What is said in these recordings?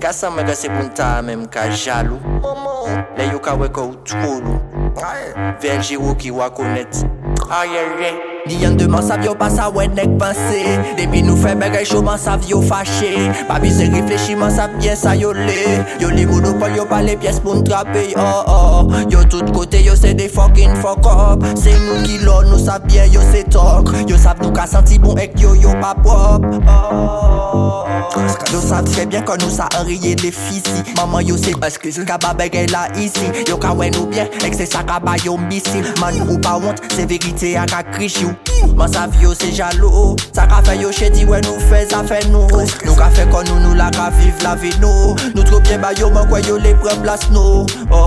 Kasa mwen se pou nta même ka jalou. Le yo ka weko ou trop lourd. VLG ou ki wakonet. Ni yon deman sav yo pas sa wè nek panse. Depi nou fè bagay chou man sav yo fache. Pa bi se reflechi man sav bien sa yo le. Yo li monopole yo pa le pièces pou n'trape. Yo tout kote yo se de fucking fuck up. Se nou ki lò nou sav bien yo se tok. Yo sav nou ka senti bon ek yo pa pop. Yo sav très bien kon nou sa enriye de fisi. Maman yo se excuse ka ba bagay la isi. Yo ka wè nou bien ek se sa ka ba yo misil. Man ou pa honte se vérité a ka krish you. Man sav yo se jalo. Sa ka fè yo chedi wè nou fè sa fè nou. Nou ka fè kon nou la ka viv la vie nou. Nou trop bien ba yo man kwa yo le pren plas nou.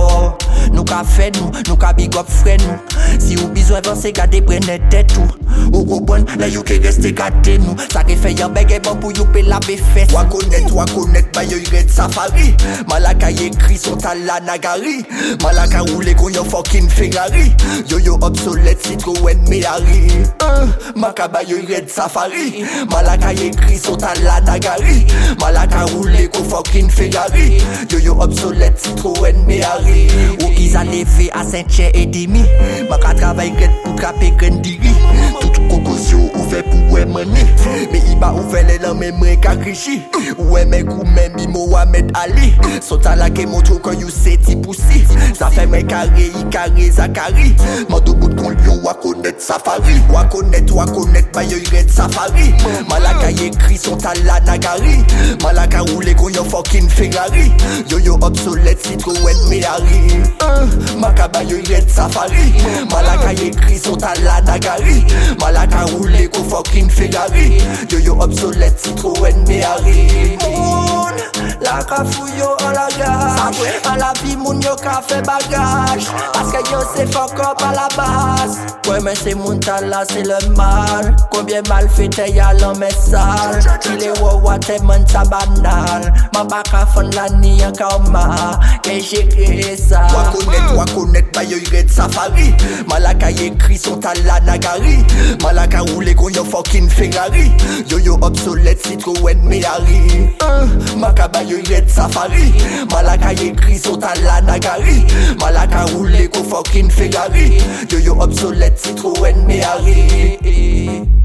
Nou ka fè nou ka big up frè nou. Si ou bizwen vanse gade prene tèt ou. Ou kompon la yo ke reste gade nou. Sa ke fè yon begè bon pou yo pe lave fès. Wakonet ba yo red safari. Malaka yekri son tala nagari. Malaka roule kon yon fucking Ferrari. Yo obsolète Citroën Méhari. Makaba yo red safari. Malaka yekri son tala nagari. Malaka roule kon fucking Ferrari. Yo obsolète Citroën Méhari. Ou qu'ils a levé à 5 chè et demi. Maka travail red pou trape grandiri. Tout kokos yo ouvert pou wè mani. Mais il ba ouvert les lames mwen kakrichi. Ouè mè kou mè mi Mohamed Ali. Sota la ke moto kon you se ti poussi. Sa fè mè kare yi kare Zakari. Mando bout kon yo wakonet safari. Wakonet ba yo red safari. Malaka yekri son tala nagari. Malaka roule kon yo fucking Ferrari. Yo obsolète Citroën Méhari. Makaba yo red safari. Malaka yekri son tala nagari. Malaka roule kon fucking Ferrari. Yo obsolète Citroën Méhari. Moun, la ka fouyo an la gage. An la vie moun yo ka fe bagage. Paske yo se fuck up a la base. Ouais mais c'est moun tala c'est le mal. Combien mal fait y'a l'en met sale. Il est wawa te man sa banal. Ma baka fon la ni an kauma. Ke jere sa. Wakonet ba yo red safari. Malaka yekri son tala nagari. Malaka roule kon yo fucking Ferrari. Yo obsolète Citroën Méhari. Makaba yo red safari. Malaka yekri son tala nagari. Malaka roule kon fucking Ferrari. Yo obsolète Citroën Méhari.